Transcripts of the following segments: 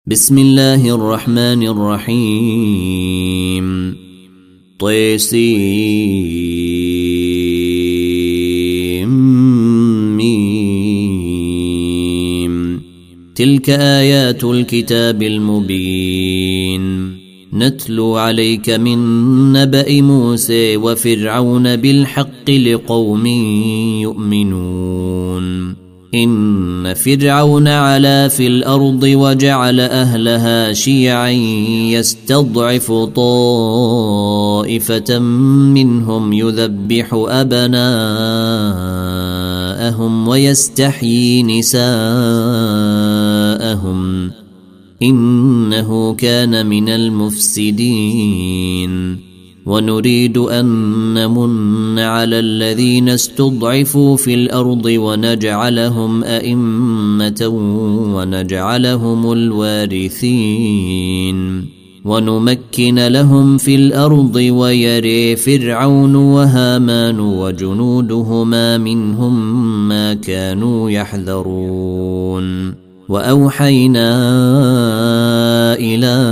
بسم الله الرحمن الرحيم طيسيم تلك آيات الكتاب المبين نتلو عليك من نبأ موسى وفرعون بالحق لقوم يؤمنون إن فرعون علا في الأرض وجعل أهلها شيعا يستضعف طائفة منهم يذبح أبناءهم ويستحيي نساءهم إنه كان من المفسدين ونريد أن نمن على الذين استضعفوا في الأرض ونجعلهم أئمة ونجعلهم الوارثين ونمكن لهم في الأرض ويري فرعون وهامان وجنودهما منهم ما كانوا يحذرون وأوحينا إلى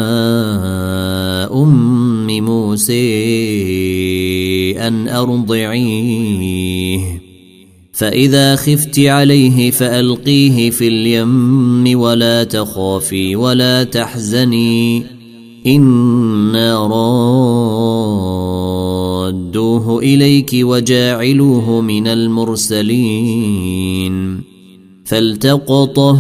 موسى أن أرضعيه فإذا خفت عليه فألقيه في اليم ولا تخافي ولا تحزني إنا رادوه إليك وجاعلوه من المرسلين فالتقطه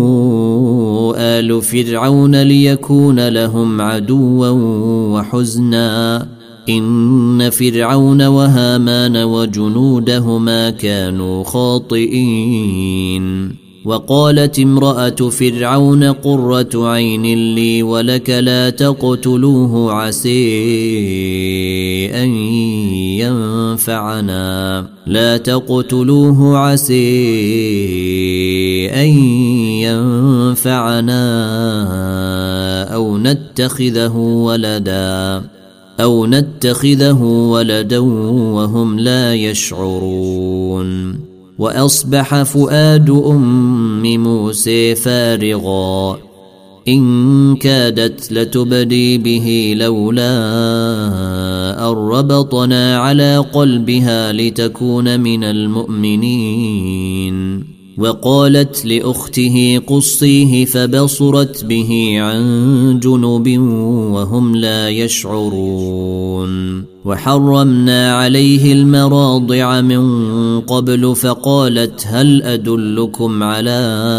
آل فرعون ليكون لهم عدوا وحزنا إن فرعون وهامان وجنودهما كانوا خاطئين وقالت امرأة فرعون قرة عين لي ولك لا تقتلوه عسى أن ينفعنا أو نتخذه ولدا وهم لا يشعرون وأصبح فؤاد أم موسى فارغا إن كادت لتبدي به لولا أن ربطنا على قلبها لتكون من المؤمنين وقالت لأخته قصيه فبصرت به عن جنب وهم لا يشعرون وحرمنا عليه المراضع من قبل فقالت هل أدلكم على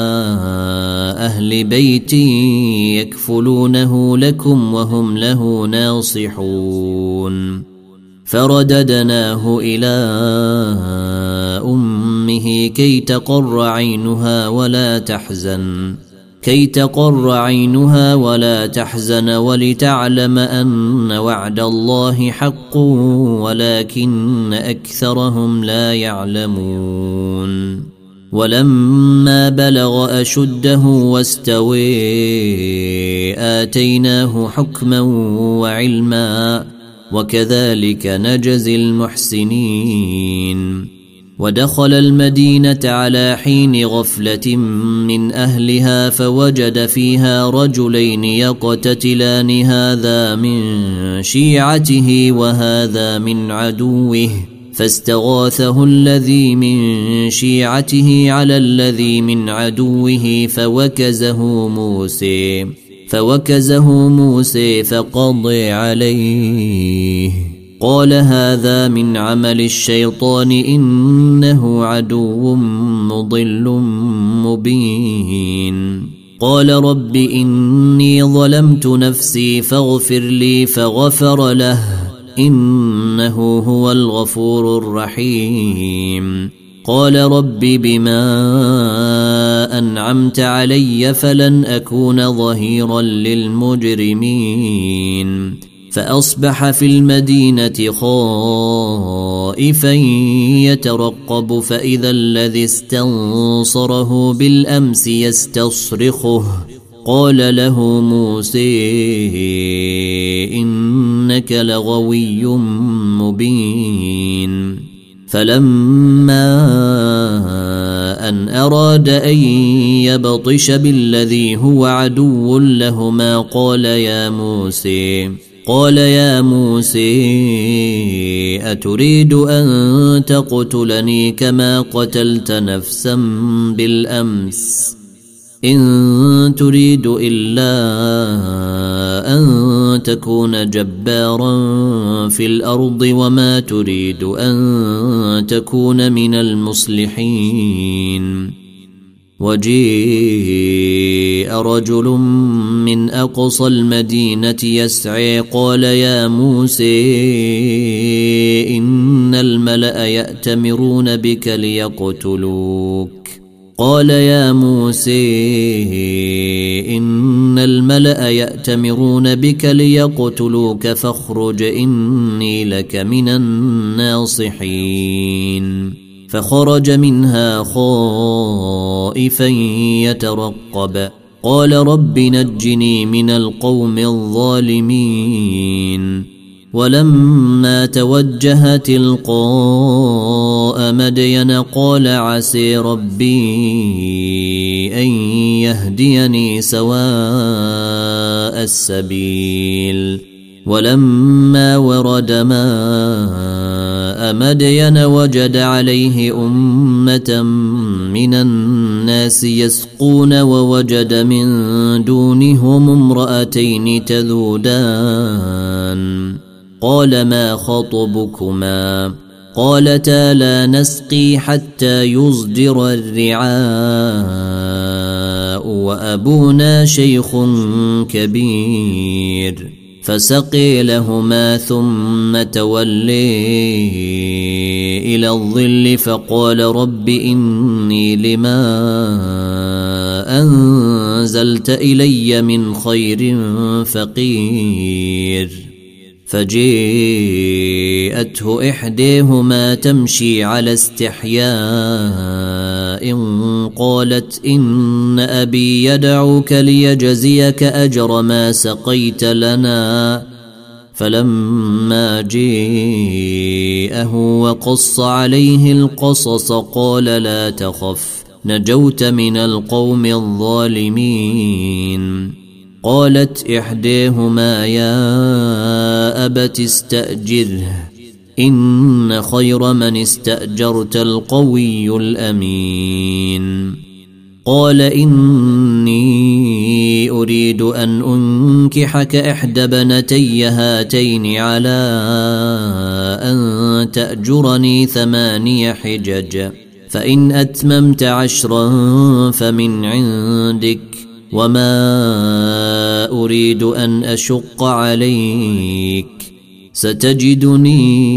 أهل بيت يكفلونه لكم وهم له ناصحون فرددناه إلى أمه كي تقر عينها ولا تحزن ولتعلم أن وعد الله حق ولكن أكثرهم لا يعلمون ولما بلغ أشده واستوى آتيناه حكما وعلما وكذلك نجزي المحسنين ودخل المدينة على حين غفلة من أهلها فوجد فيها رجلين يقتتلان هذا من شيعته وهذا من عدوه فاستغاثه الذي من شيعته على الذي من عدوه فوكزه موسى فقضى عليه قال هذا من عمل الشيطان إنه عدو مضل مبين قال رب إني ظلمت نفسي فاغفر لي فغفر له إنه هو الغفور الرحيم قال رب بما أنعمت علي فلن أكون ظهيرا للمجرمين فأصبح في المدينة خائفا يترقب فإذا الذي استنصره بالأمس يستصرخه قال له موسى إنك لغوي مبين فلما أن أراد أن يبطش بالذي هو عدو لهما قال يا موسى أتريد أن تقتلني كما قتلت نفسا بالأمس إن تريد إلا أن تكون جبارا في الأرض وما تريد أن تكون من المصلحين. وجيء رجل من أقصى المدينة يسعى قال يا موسى إن الملأ يأتمرون بك ليقتلوك فاخرج إني لك من الناصحين. فخرج منها خائفا يترقب قال رب نجني من القوم الظالمين. ولما توجه تلقاء مدين قال عسى ربي أن يهديني سواء السبيل. ولما ورد ماء مدين وجد عليه أمة من الناس يسقون ووجد من دونهم امرأتين تذودان قال ما خطبكما قالتا لا نسقي حتى يصدر الرعاء وأبونا شيخ كبير. فسقي لهما ثم تولي إلى الظل فقال رب إني لما أنزلت إلي من خير فقير. فجاءته إحداهما تمشي على استحياء قالت إن أبي يدعوك ليجزيك أجر ما سقيت لنا. فلما جاءه وقص عليه القصص قال لا تخف نجوت من القوم الظالمين. قالت إحداهما يا أبت استأجره إن خير من استأجرت القوي الأمين. قال إني أريد أن أنكحك إحدى بنتي هاتين على أن تأجرني 8 حجج فإن أتممت 10 فمن عندك وما أريد أن أشق عليك ستجدني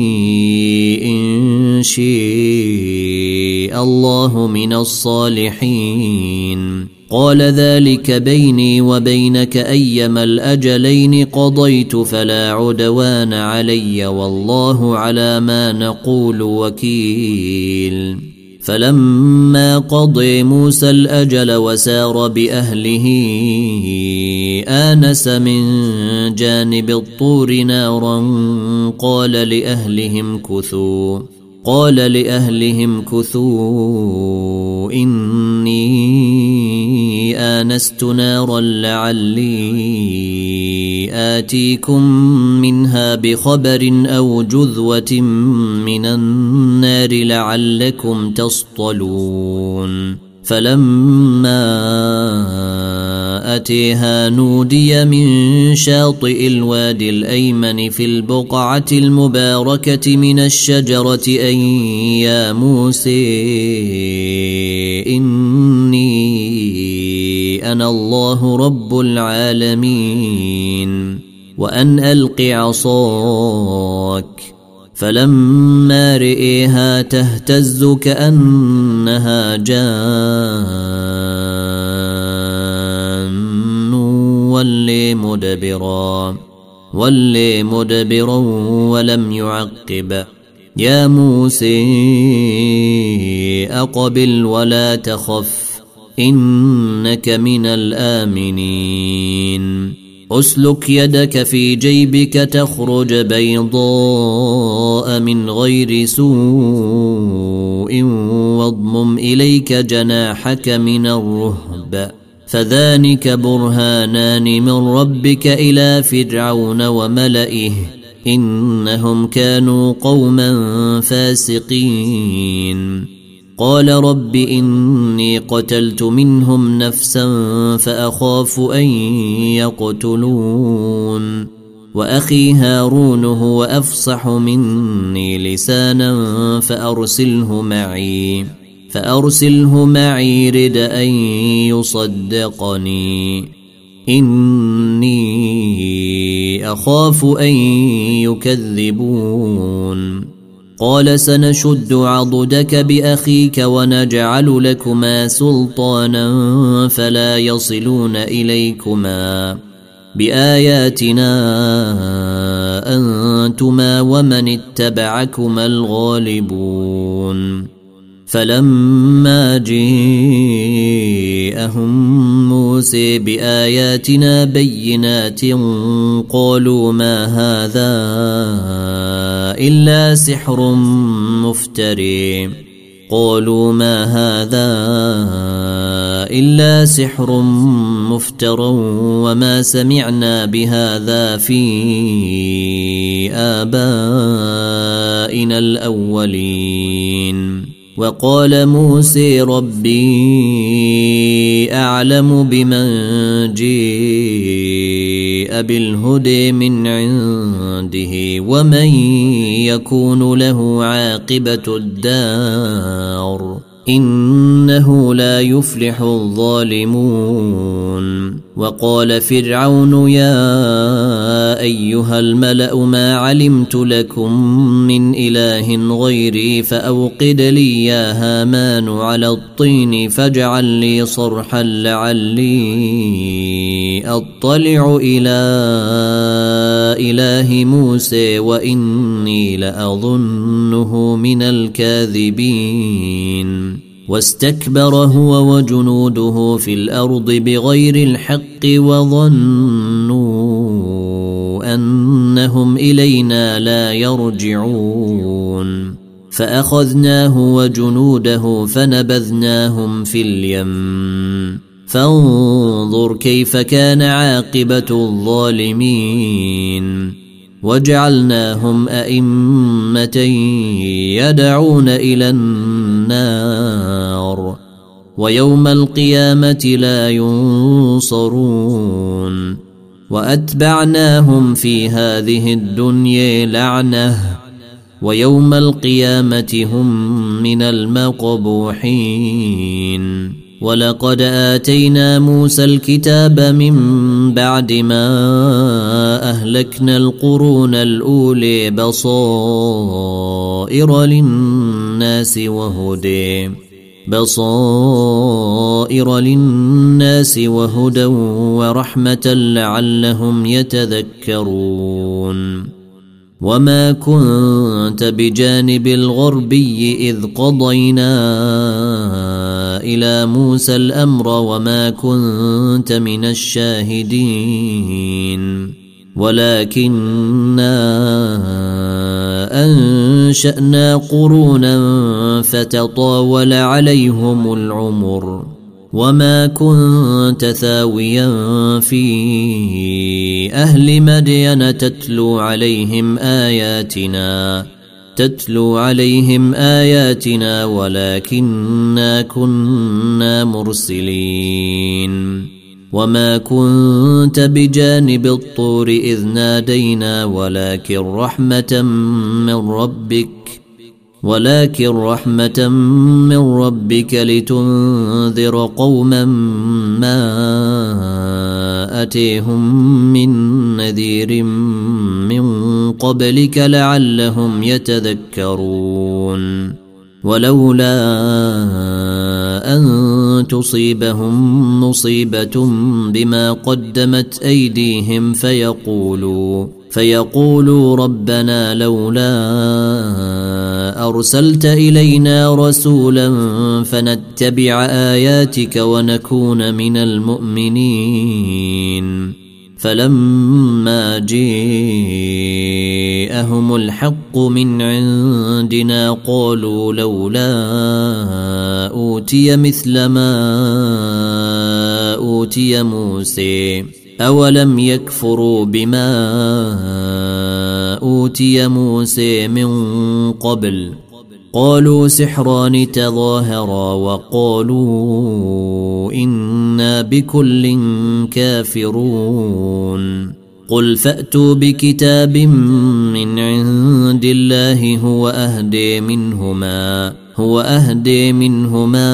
إن شاء الله من الصالحين. قال ذلك بيني وبينك أيما الأجلين قضيت فلا عدوان علي والله على ما نقول وكيل. فلما قضى موسى الأجل وسار بأهله آنس من جانب الطور نارا قال لأهلهم كثوا إني آنست نارا لعلي آتيكم منها بخبر أو جذوة من النار لعلكم تصطلون. فلما أتيها نودي من شاطئ الوادي الأيمن في البقعة المباركة من الشجرة أن يا موسى إني أنا الله رب العالمين وأن ألق عصاك. فلما رئيها تهتز كأنها جان ولي مدبرا ولم يعقب. يا موسى أقبل ولا تخف إنك من الآمنين. أسلك يدك في جيبك تخرج بيضاء من غير سوء واضمم إليك جناحك من الرهب فذلك برهانان من ربك إلى فرعون وملئه إنهم كانوا قوما فاسقين قال رب إني قتلت منهم نفسا فأخاف أن يقتلون وأخي هارون هو أفصح مني لسانا فأرسله معي رد أن يصدقني إني أخاف أن يكذبون قال سنشد عضدك بأخيك ونجعل لكما سلطانا فلا يصلون إليكما بآياتنا أنتما ومن اتبعكما الغالبون فلما جاءهم موسى بآياتنا بينات قالوا ما هذا إلا سحر مفترى وما سمعنا بهذا في آبائنا الأولين وقال موسى ربي أعلم بمن جاء بالهدى من عنده ومن يكون له عاقبة الدار إنه لا يفلح الظالمون وقال فرعون يا أيها الملأ ما علمت لكم من إله غيري فأوقد لي يا هامان على الطين فاجعل لي صرحا لعلي أطلع إلى إله موسى وإني لأظنه من الكاذبين واستكبر هو وجنوده في الأرض بغير الحق وظنوا أنهم إلينا لا يرجعون فأخذناه وجنوده فنبذناهم في اليم فانظر كيف كان عاقبة الظالمين وجعلناهم أئمة يدعون إلى النار ويوم القيامة لا ينصرون وأتبعناهم في هذه الدنيا لعنة ويوم القيامة هم من المقبوحين ولقد آتينا موسى الكتاب من بعد ما أهلكنا القرون الأولى بصائر للناس وهدى ورحمة لعلهم يتذكرون وما كنت بجانب الغربي إذ قضينا إلى موسى الأمر وما كنت من الشاهدين ولكننا أنشأنا قرونا فتطاول عليهم العمر وما كنت ثاويا في أهل مدين تتلو عليهم آياتنا ولكننا كنا مرسلين وما كنت بجانب الطور إذ نادينا ولكن رحمة من ربك لتنذر قوما ما أتيهم من نذير من قبلك لعلهم يتذكرون ولولا أن تصيبهم مصيبة بما قدمت أيديهم فيقولوا ربنا لولا أرسلت إلينا رسولا فنتبع آياتك ونكون من المؤمنين فلما جاءهم الحق من عندنا قالوا لولا أوتي مثل ما أوتي موسى أولم يكفروا بما أوتي موسى من قبل قالوا سحران تظاهرا وقالوا إنا بكل كافرون قل فأتوا بكتاب من عند الله هو أهدي منهما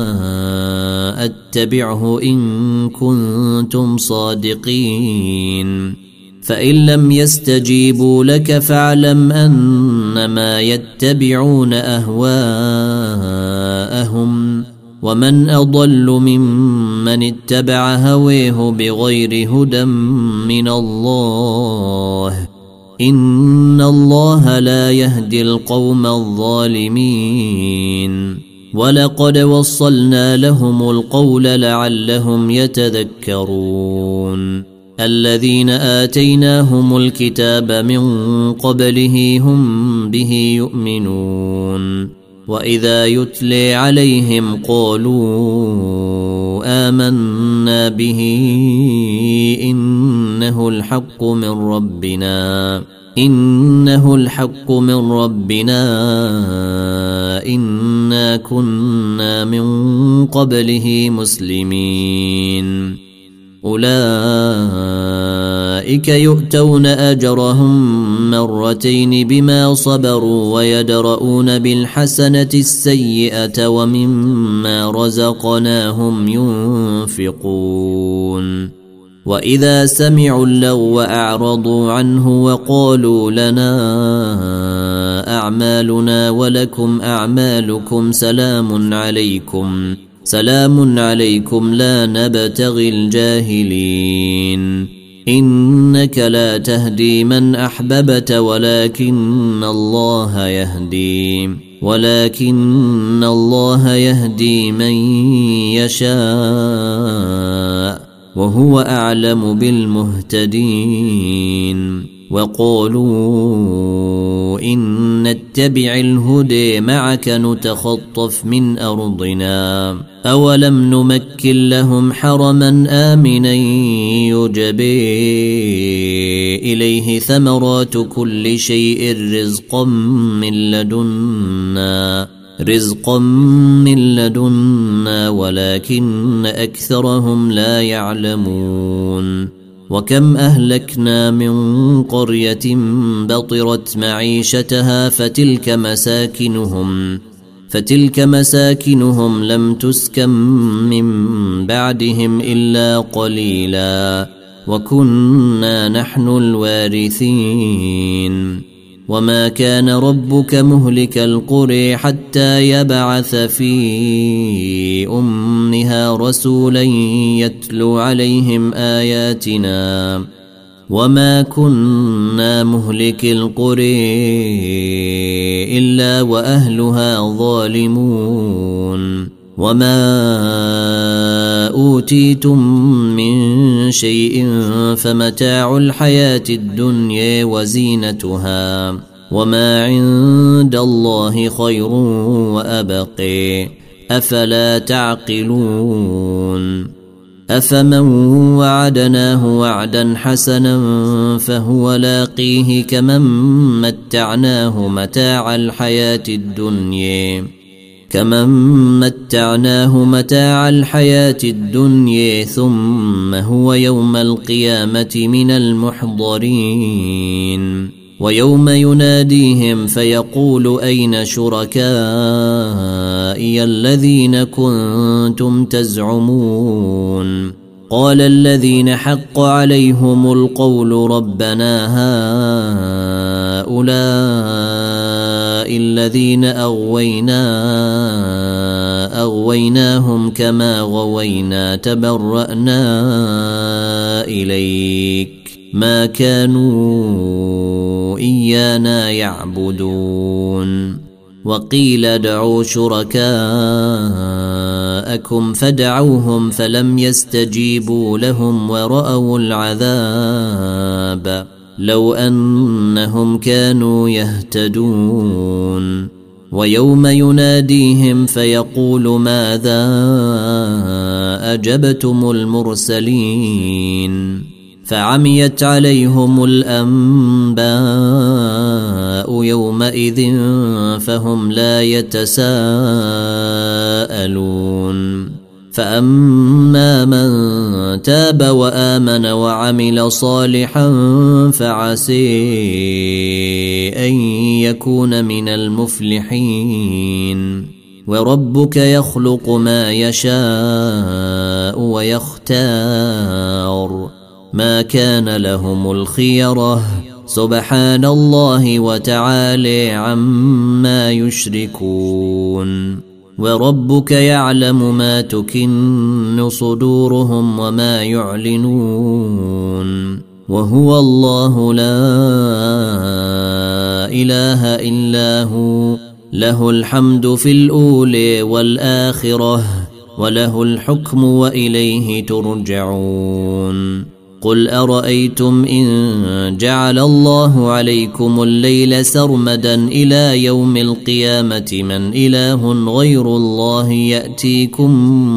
أتبعه إن كنتم صادقين فإن لم يستجيبوا لك فاعلم أنما يتبعون أهواءهم ومن أضل ممن اتبع هويه بغير هدى من الله إن الله لا يهدي القوم الظالمين ولقد وصلنا لهم القول لعلهم يتذكرون الذين آتيناهم الكتاب من قبله هم به يؤمنون وإذا يتلي عليهم قالوا آمنا به إنه الحق من ربنا إنا كنا من قبله مسلمين أولئك يؤتون أجرهم مرتين بما صبروا ويدرؤون بالحسنة السيئة ومما رزقناهم ينفقون وإذا سمعوا اللغو أعرضوا عنه وقالوا لنا أعمالنا ولكم أعمالكم سلام عليكم لا نبتغي الجاهلين إنك لا تهدي من أحببت ولكن الله يهدي من يشاء وهو أعلم بالمهتدين وقالوا إن نتبع الهدى معك نتخطف من أرضنا أولم نمكن لهم حرما آمنا يجبى إليه ثمرات كل شيء رزقا من لدنا ولكن أكثرهم لا يعلمون وكم أهلكنا من قرية بطرت معيشتها فتلك مساكنهم لم تسكن من بعدهم إلا قليلا وكنا نحن الوارثين وما كان ربك مهلك القرى حتى يبعث في أمها رسولا يتلو عليهم آياتنا وما كنا مهلك القرى إلا وأهلها ظالمون وما أوتيتم من شيء فمتاع الحياة الدنيا وزينتها وما عند الله خير وأبقى أفلا تعقلون أفمن وعدناه وعدا حسنا فهو لاقيه كمن متعناه متاع الحياة الدنيا ثم هو يوم القيامة من المحضرين ويوم يناديهم فيقول أين شركائي الذين كنتم تزعمون قال الذين حق عليهم القول ربنا هؤلاء الذين أغويناهم كما غوينا تبرأنا إليك ما كانوا إيانا يعبدون وقيل ادعوا شركاءكم شركاءكم فدعوهم فلم يستجيبوا لهم ورأوا العذاب لو أنهم كانوا يهتدون ويوم يناديهم فيقول ماذا أجبتم المرسلين فعميت عليهم الأنباء يومئذ فهم لا يتساءلون فأما من تاب وآمن وعمل صالحا فعسى أن يكون من المفلحين وربك يخلق ما يشاء ويختار ما كان لهم الخيرة سبحان الله وتعالى عما يشركون وربك يعلم ما تكن صدورهم وما يعلنون وهو الله لا إله إلا هو له الحمد في الأولى والآخرة وله الحكم وإليه ترجعون قل أرأيتم إن جعل الله عليكم الليل سرمدا إلى يوم القيامة من إله غير الله يأتيكم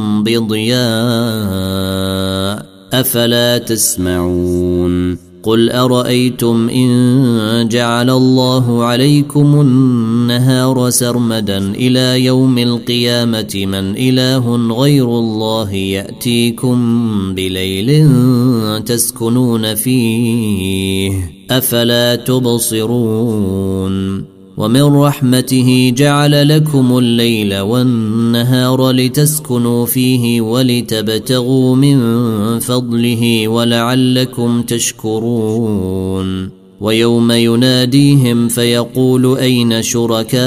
بضياء أفلا تسمعون قل أرأيتم إن جعل الله عليكم النهار سرمدا إلى يوم القيامة من إله غير الله يأتيكم بليل تسكنون فيه أفلا تبصرون ومن رحمته جعل لكم الليل والنهار لتسكنوا فيه ولتبتغوا من فضله ولعلكم تشكرون ويوم يناديهم فيقول أين شركائي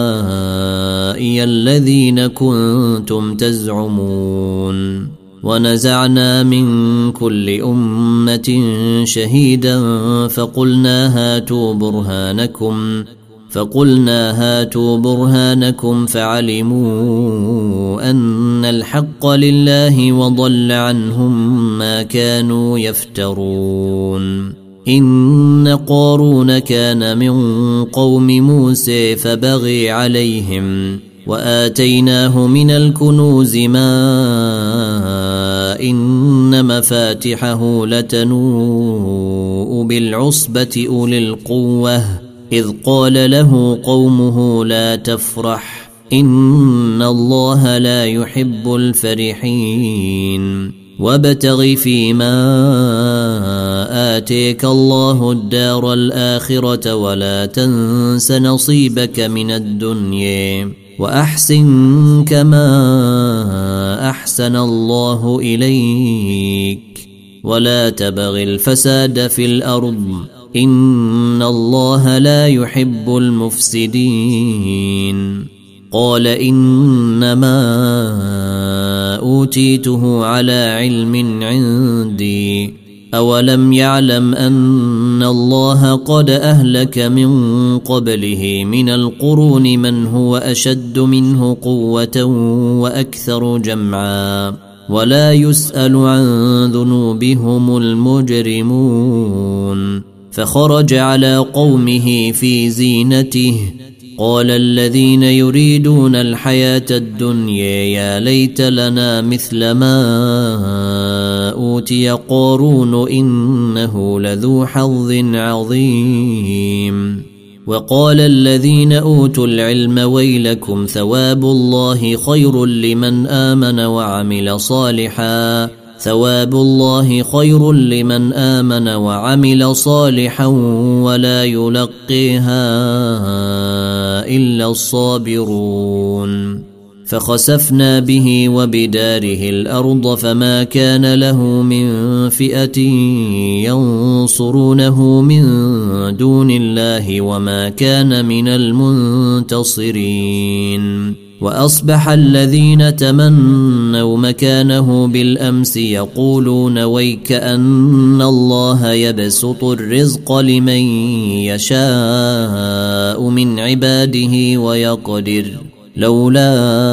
الذين كنتم تزعمون ونزعنا من كل أمة شهيدا فقلنا هاتوا برهانكم فعلموا أن الحق لله وضل عنهم ما كانوا يفترون إن قارون كان من قوم موسى فبغي عليهم وآتيناه من الكنوز ما إن مفاتحه لتنوء بالعصبة أولي القوة إذ قال له قومه لا تفرح إن الله لا يحب الفرحين وابتغ فيما آتيك الله الدار الآخرة ولا تنس نصيبك من الدنيا وأحسن كما أحسن الله إليك ولا تبغ الفساد في الأرض إن الله لا يحب المفسدين قال إنما أوتيته على علم عندي أولم يعلم أن الله قد أهلك من قبله من القرون من هو أشد منه قوة وأكثر جمعا ولا يسأل عن ذنوبهم المجرمون فخرج على قومه في زينته قال الذين يريدون الحياة الدنيا يا ليت لنا مثل ما أوتي قارون إنه لذو حظ عظيم وقال الذين أوتوا العلم ويلكم ثواب الله خير لمن آمن وعمل صالحا ولا يلقيها إلا الصابرون فخسفنا به وبداره الأرض فما كان له من فئة ينصرونه من دون الله وما كان من المنتصرين وأصبح الذين تمنوا مكانه بالأمس يقولون ويك أن الله يبسط الرزق لمن يشاء من عباده ويقدر لولا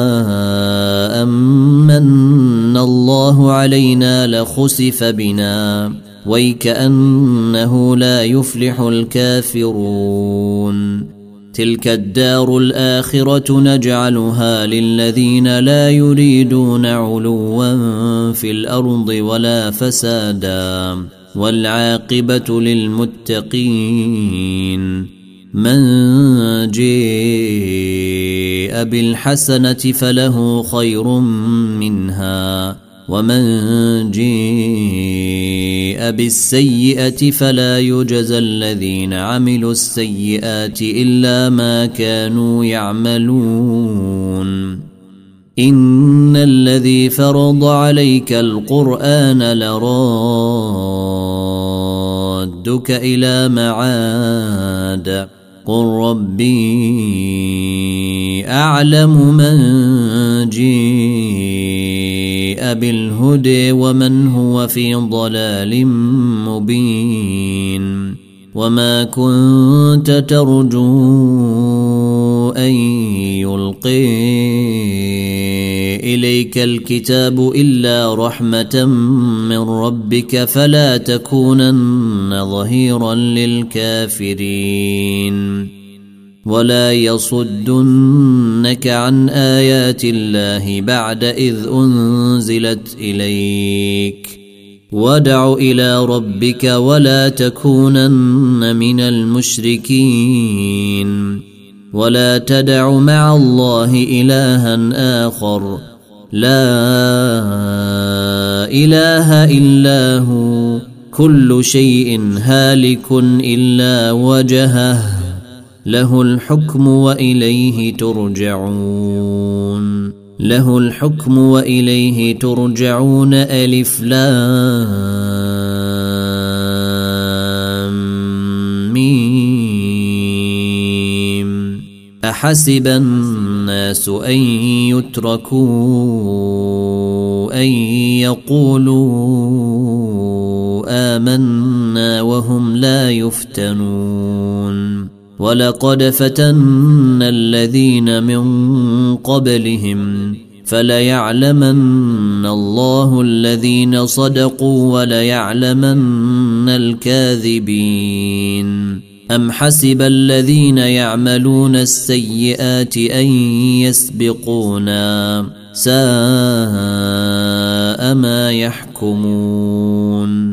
أمن الله علينا لخسف بنا ويكأنه لا يفلح الكافرون تلك الدار الآخرة نجعلها للذين لا يريدون علوا في الأرض ولا فسادا والعاقبة للمتقين من جاء بالحسنة فله خير منها ومن جاء بالسيئة فلا يجزى الذين عملوا السيئات إلا ما كانوا يعملون إن الذي فرض عليك القرآن لرادك إلى معاد قل ربي أعلم من جاء بالهدى ومن هو في ضلال مبين وما كنت ترجو أن يلقي إليك الكتاب إلا رحمة من ربك فلا تكونن ظهيرا للكافرين ولا يصدنك عن آيات الله بعد إذ أنزلت إليك وادع إلى ربك ولا تكونن من المشركين ولا تدع مع الله إلها آخر لا إله إلا هو كل شيء هالك إلا وجهه له الحكم وإليه ترجعون له الحكم وإليه ترجعون ألف لام ميم أحسب الناس أن يتركوا أن يقولوا آمنا وهم لا يفتنون ولقد فتنا الذين من قبلهم فليعلمن الله الذين صدقوا وليعلمن الكاذبين أم حسب الذين يعملون السيئات أن يسبقونا ساء ما يحكمون